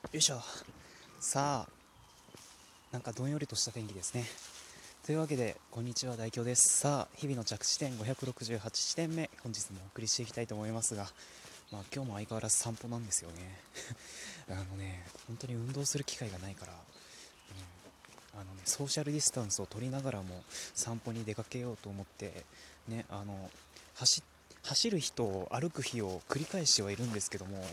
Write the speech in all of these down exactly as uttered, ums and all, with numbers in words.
よいしょ。さあ、なんかどんよりとした天気ですね。というわけで、こんにちは、大京です。さあ、日々の着地点ごひゃくろくじゅうはち地点目、本日もお送りしていきたいと思いますが、まあ、今日も相変わらず散歩なんですよね。あのね、本当に運動する機会がないから、うん、あのね、ソーシャルディスタンスを取りながらも散歩に出かけようと思って、ね、あの走走る日と歩く日を繰り返してはいるんですけども、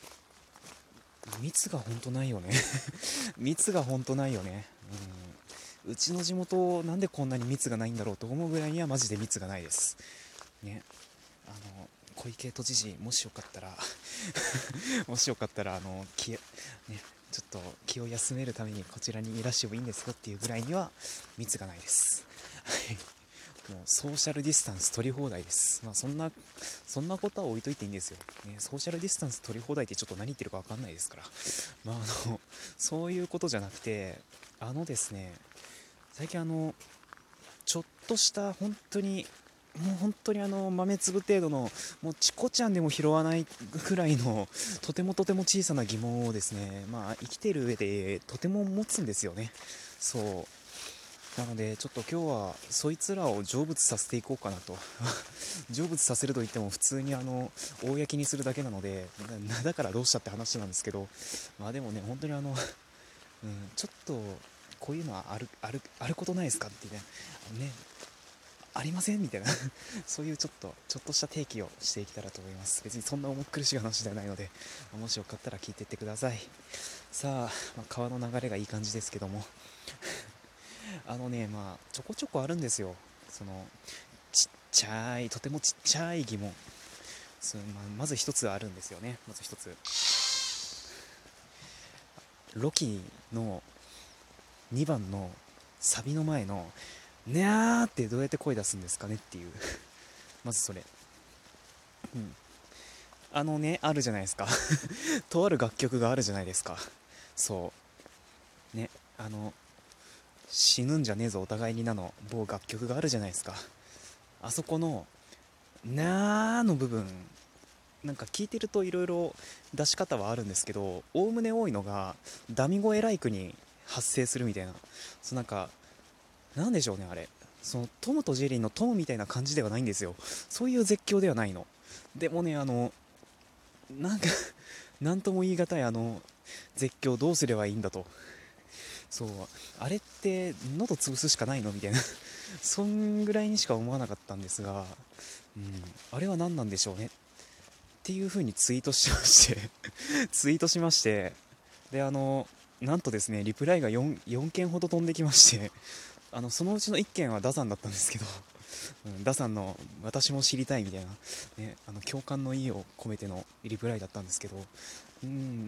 密が本当ないよね。密が本当ないよね。うん、うちの地元なんでこんなに密がないんだろうと思うぐらいにはマジで密がないですね。あの小池都知事、もしよかったらもしよかったらあの気、ね、ちょっと気を休めるためにこちらにいらしてもいいんですかっていうぐらいには密がないです。もうソーシャルディスタンス取り放題です。まあそんなそんなことは置いといていいんですよ、ね、ソーシャルディスタンス取り放題ってちょっと何言ってるか分かんないですから、まあ、あのそういうことじゃなくて、あのですね、最近あのちょっとした本当にもう本当にあの豆粒程度のもうチコちゃんでも拾わないくらいのとてもとても小さな疑問をですね、まあ生きている上でとても持つんですよね。そうなのでちょっと今日はそいつらを成仏させていこうかなと。成仏させるといっても普通にあの公にするだけなので、だからどうしたって話なんですけど、まあでもね本当にあの、うん、ちょっとこういうのはあるあるあることないですかってね、ね、ありませんみたいなそういうちょっとちょっとした提起をしていけたらと思います。別にそんな重苦しい話ではないので、もしよかったら聞いていってください。さあ、まあ、川の流れがいい感じですけども、あのね、まあちょこちょこあるんですよ、そのちっちゃいとてもちっちゃい疑問。そのまあ、まず一つあるんですよね。まず一つ、ロキのにばんのサビの前の「にゃー」ってどうやって声出すんですかねっていうまずそれ、うん、あのね、あるじゃないですか。とある楽曲があるじゃないですか。そうね、あの死ぬんじゃねえぞお互いになの某楽曲があるじゃないですか。あそこのなーの部分、なんか聞いてるといろいろ出し方はあるんですけど、おおむね多いのがダミ声ライクに発生するみたいな、そうなんかなんでしょうね、あれ、そのトムとジェリーのトムみたいな感じではないんですよ。そういう絶叫ではないの。でもね、あのなんかなんとも言い難いあの絶叫どうすればいいんだと。そうあれって喉潰すしかないのみたいなそんぐらいにしか思わなかったんですが、うん、あれは何なんでしょうねっていう風にツイートしましてツイートしまして、であのなんとですねリプライが 4, よんけんほど飛んできまして、あのそのうちのいっけんはダさんだったんですけど、うん、ダさんの私も知りたいみたいな、ね、あの共感の意を込めてのリプライだったんですけど、うん、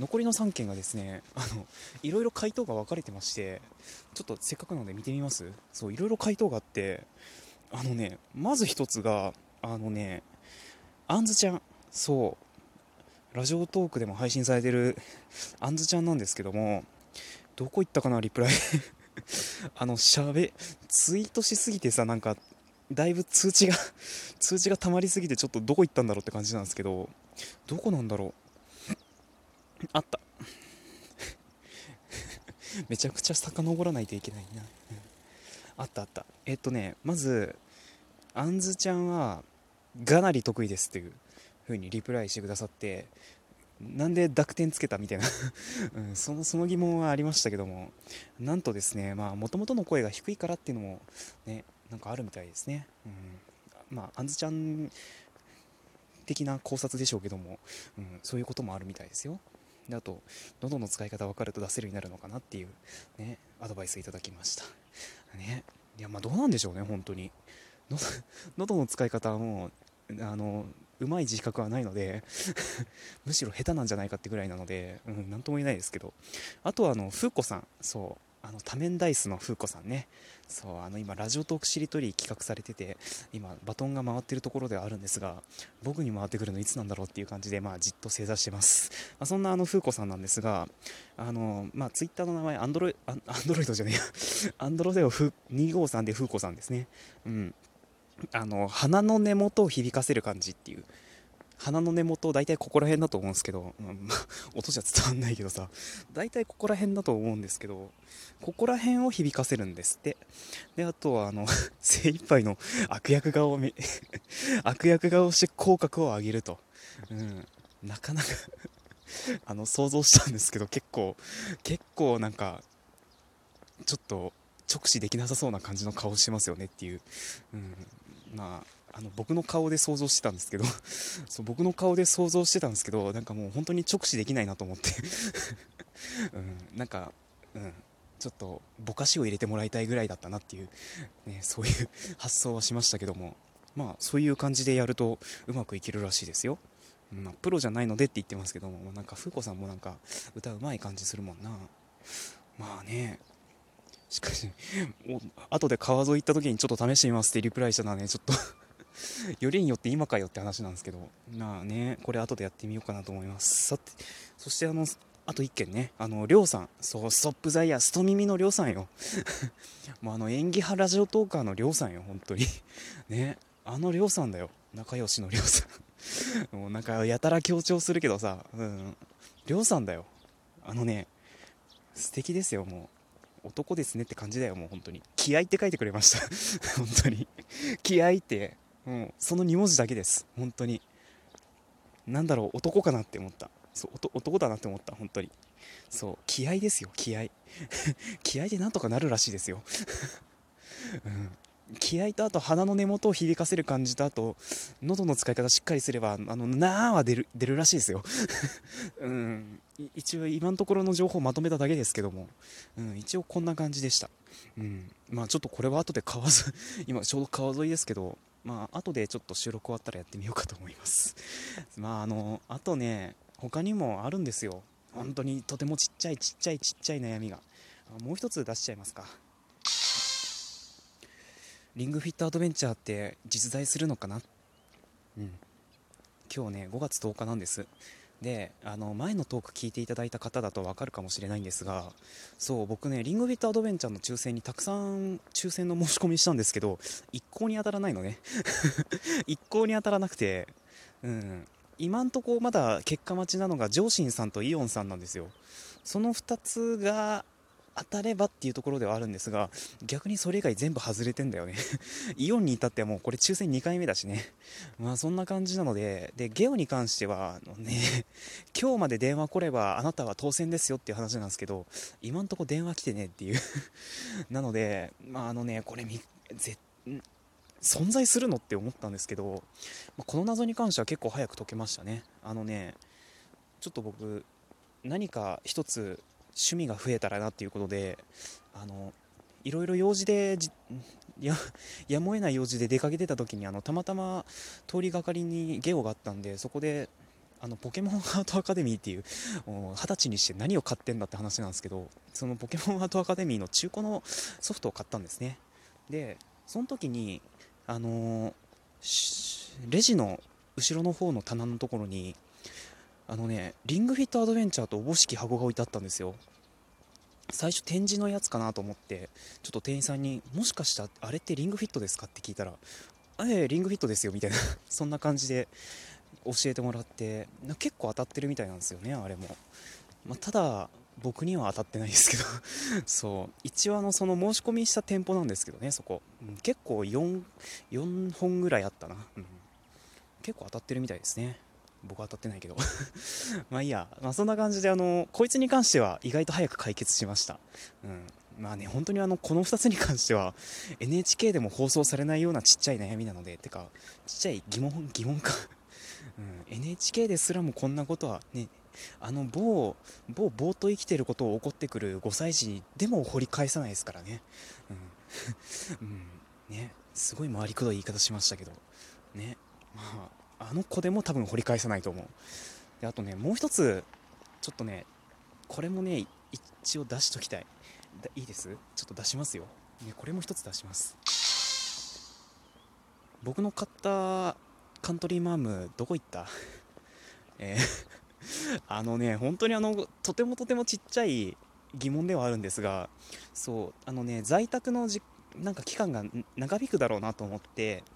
残りのさんけんがですね、あのいろいろ回答が分かれてまして、ちょっとせっかくなので見てみます。そういろいろ回答があって、あのねまず一つがあのねあんずちゃん、そうラジオトークでも配信されてるあんずちゃんなんですけども、どこ行ったかなリプライあのしゃべツイートしすぎてさ、なんかだいぶ通知が通知が溜まりすぎてちょっとどこ行ったんだろうって感じなんですけど、どこなんだろう、あった、めちゃくちゃ遡らないといけないな、あったあった、えっとねまずあんずちゃんはがなり得意ですっていう風にリプライしてくださって、なんで濁点つけたみたいなうん、そのその疑問はありましたけども、なんとですね、まあもともとの声が低いからっていうのもね、なんかあるみたいですね、うん、まああんずちゃん的な考察でしょうけども、うん、そういうこともあるみたいですよ。であと喉の使い方分かると出せるようになるのかなっていうねアドバイスいただきましたね。いやまあどうなんでしょうね本当に、喉喉の使い方はもうあのうまい自覚はないのでむしろ下手なんじゃないかってぐらいなので、うん、なんとも言えないですけど、あとはあの風子さん、そうあの多面ダイスの風子さんね、そうあの今ラジオトークしりとり企画されてて、今バトンが回ってるところではあるんですが、僕に回ってくるのいつなんだろうっていう感じで、まあ、じっと正座してます、まあ、そんなあの風子さんなんですが、あの、まあ、ツイッターの名前アンドロイアンドロイドじゃねえやアンドロデオにごさんで風子さんですね。うん、あの鼻の根元を響かせる感じっていう、 鼻の根元大体ここら辺だと思うんですけど、まあ、音じゃ伝わんないけどさ、大体ここら辺だと思うんですけど、ここら辺を響かせるんですって。であとはあの精一杯の悪役顔をめ悪役顔をして口角を上げると、うん、なかなかあの想像したんですけど、結構結構なんかちょっと直視できなさそうな感じの顔してますよねっていう、うん、まああの僕の顔で想像してたんですけどそう僕の顔で想像してたんですけど、なんかもう本当に直視できないなと思ってうん、なんか、うん、ちょっとぼかしを入れてもらいたいぐらいだったなっていう、ね、そういう発想はしましたけども、まあそういう感じでやるとうまくいけるらしいですよ。まあ、プロじゃないのでって言ってますけども、なんか風子さんもなんか歌うまい感じするもんな。まあね、しかしお後で川沿い行った時にちょっと試してみますってリプライしたのはね、ちょっとよりによって今かよって話なんですけど、まあね、これ後でやってみようかなと思います。さて、そしてあのあと一件ね、あのりょうさん、そうストップザイヤースト耳のりょうさんよもうあの演技派ラジオトーカーのりょうさんよ、本当にね、あのりょうさんだよ、仲良しのりょうさんもうなんかやたら強調するけどさ、うんりょうさんだよ、あのね、素敵ですよ、もう男ですねって感じだよ、もう本当に気合って書いてくれました本当に気合って、もうそのに文字だけです、本当に。なんだろう、男かなって思った。そう、男だなって思った、本当に。そう、気合ですよ、気合気合でなんとかなるらしいですよ、うん、気合と、あと鼻の根元を響かせる感じと、あと喉の使い方しっかりすれば、あのなーは出る出るらしいですようん、一応今のところの情報をまとめただけですけども、うん、一応こんな感じでした。うん、まあちょっとこれは後で川沿い今ちょうど川沿いですけど、まあ後でちょっと収録終わったらやってみようかと思いますまああのあとね、他にもあるんですよ、本当にとてもちっちゃいちっちゃいちっちゃい悩みが。もう一つ出しちゃいますか。リングフィットアドベンチャーって実在するのかな。うん、今日ねごがつとおかなんです。で、あの前のトーク聞いていただいた方だと分かるかもしれないんですが、そう僕ねリングフィットアドベンチャーの抽選にたくさん抽選の申し込みしたんですけど、一向に当たらないのね一向に当たらなくて、うん、今んとこまだ結果待ちなのがジョーシンさんとイオンさんなんですよ。そのふたつが当たればっていうところではあるんですが、逆にそれ以外全部外れてんだよねイオンに至ってはもうこれ抽選にかいめだしね、まあそんな感じなので、でゲオに関してはあのね今日まで電話来ればあなたは当選ですよっていう話なんですけど、今んとこ電話来てねっていうなので、まああのねこれみぜ存在するのって思ったんですけど、まあこの謎に関しては結構早く解けましたね。あのね、ちょっと僕何か一つ趣味が増えたらなっていうことで、あのいろいろ用事でじややむを得ない用事で出かけてた時に、あのたまたま通りがかりにゲオがあったんで、そこであのポケモンアートアカデミーっていう、もう二十歳にして何を買ってんだって話なんですけど、そのポケモンアートアカデミーの中古のソフトを買ったんですね。でその時にあのーレジの後ろの方の棚のところに、あのねリングフィットアドベンチャーとおぼしき箱が置いてあったんですよ。最初展示のやつかなと思って、ちょっと店員さんにもしかしたらあれってリングフィットですかって聞いたら、ええリングフィットですよみたいなそんな感じで教えてもらって、結構当たってるみたいなんですよね、あれも。まあ、ただ僕には当たってないですけどそう一応あのその申し込みした店舗なんですけどね、そこ、うん、結構 4, よんほんぐらいあったな、うん、結構当たってるみたいですね。僕は当たってないけどまあいいや、まあ、そんな感じであのこいつに関しては意外と早く解決しました。うん、まあね本当にあのこのふたつに関しては エヌエイチケー でも放送されないようなちっちゃい悩みなので、てかちっちゃい疑問疑問かうん、エヌエイチケー ですらもこんなことはね、あの某某ぼーっと生きてることを怒ってくるごさい児でも掘り返さないですからね。うん、うん、ね、すごい回りくどい言い方しましたけどね、まああの子でも多分掘り返さないと思う。であとねもう一つちょっとね、これもね一応出しときたい。だいいです、ちょっと出しますよ、ね、これも一つ出します。僕の買ったカントリーマームどこ行ったえーあのね本当にあのとてもとてもちっちゃい疑問ではあるんですが、そうあのね在宅のじなんか期間が長引くだろうなと思って、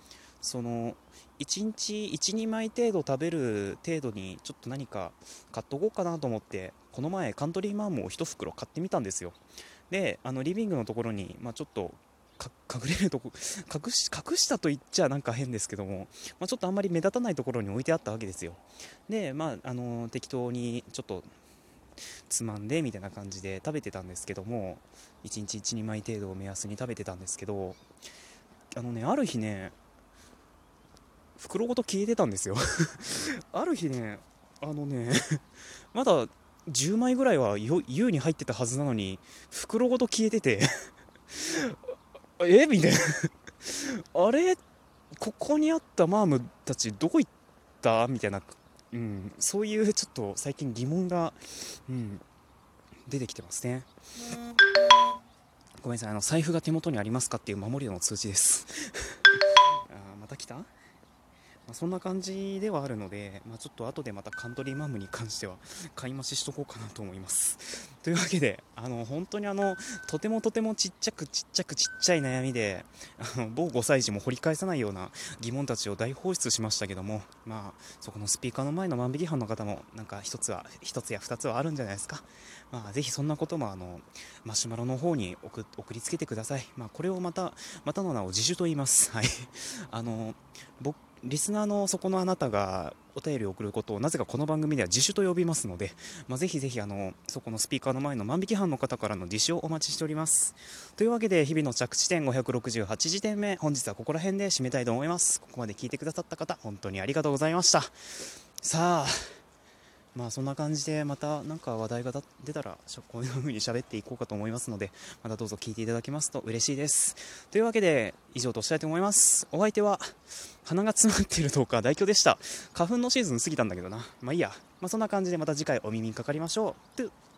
そのいちにちいち、にまい程度食べる程度にちょっと何か買っとこうかなと思ってこの前カントリーマアムを一袋買ってみたんですよ。であのリビングのところに、まあ、ちょっと隠れるとこ隠し隠したと言っちゃなんか変ですけども、まあ、ちょっとあんまり目立たないところに置いてあったわけですよ。でまああの適当にちょっとつまんでみたいな感じで食べてたんですけども、いちにちいち、にまい程度を目安に食べてたんですけど、あのねある日ね袋ごと消えてたんですよある日ねあのねまだじゅうまいぐらいは優に入ってたはずなのに袋ごと消えててえみたいなあれここにあったマームたちどこ行ったみたいな、うん、そういうちょっと最近疑問が、うん、出てきてますね。ごめんなさい、あの財布が手元にありますかっていう守りの通知ですあまた来た。まあ、そんな感じではあるので、まあ、ちょっと後でまたカントリーマームに関しては買い増ししとこうかなと思いますというわけであの本当にあのとてもとてもちっちゃくちっちゃくちっちゃい悩みであの某ごさい児も掘り返さないような疑問たちを大放出しましたけども、まあ、そこのスピーカーの前の万引き犯の方もなんか一つは一つや二つはあるんじゃないですか。まあ、ぜひそんなこともあのマシュマロの方に送送りつけてください。まあ、これをまたまたの名を自首と言います。はいあの僕リスナーのそこのあなたがお便りを送ることをなぜかこの番組では自首と呼びますので、まあ、ぜひぜひあのそこのスピーカーの前の万引き犯の方からの自首をお待ちしております。というわけで日々の着地点ごひゃくろくじゅうはちじてんめ、本日はここら辺で締めたいと思います。ここまで聞いてくださった方本当にありがとうございました。さあまあそんな感じでまた何か話題が出たらこういう風に喋っていこうかと思いますので、またどうぞ聞いていただけますと嬉しいです。というわけで以上としたいと思います。お相手は鼻が詰まっているどうか大凶でした。花粉のシーズン過ぎたんだけどな、まあいいや、まあ、そんな感じでまた次回お耳にかかりましょう。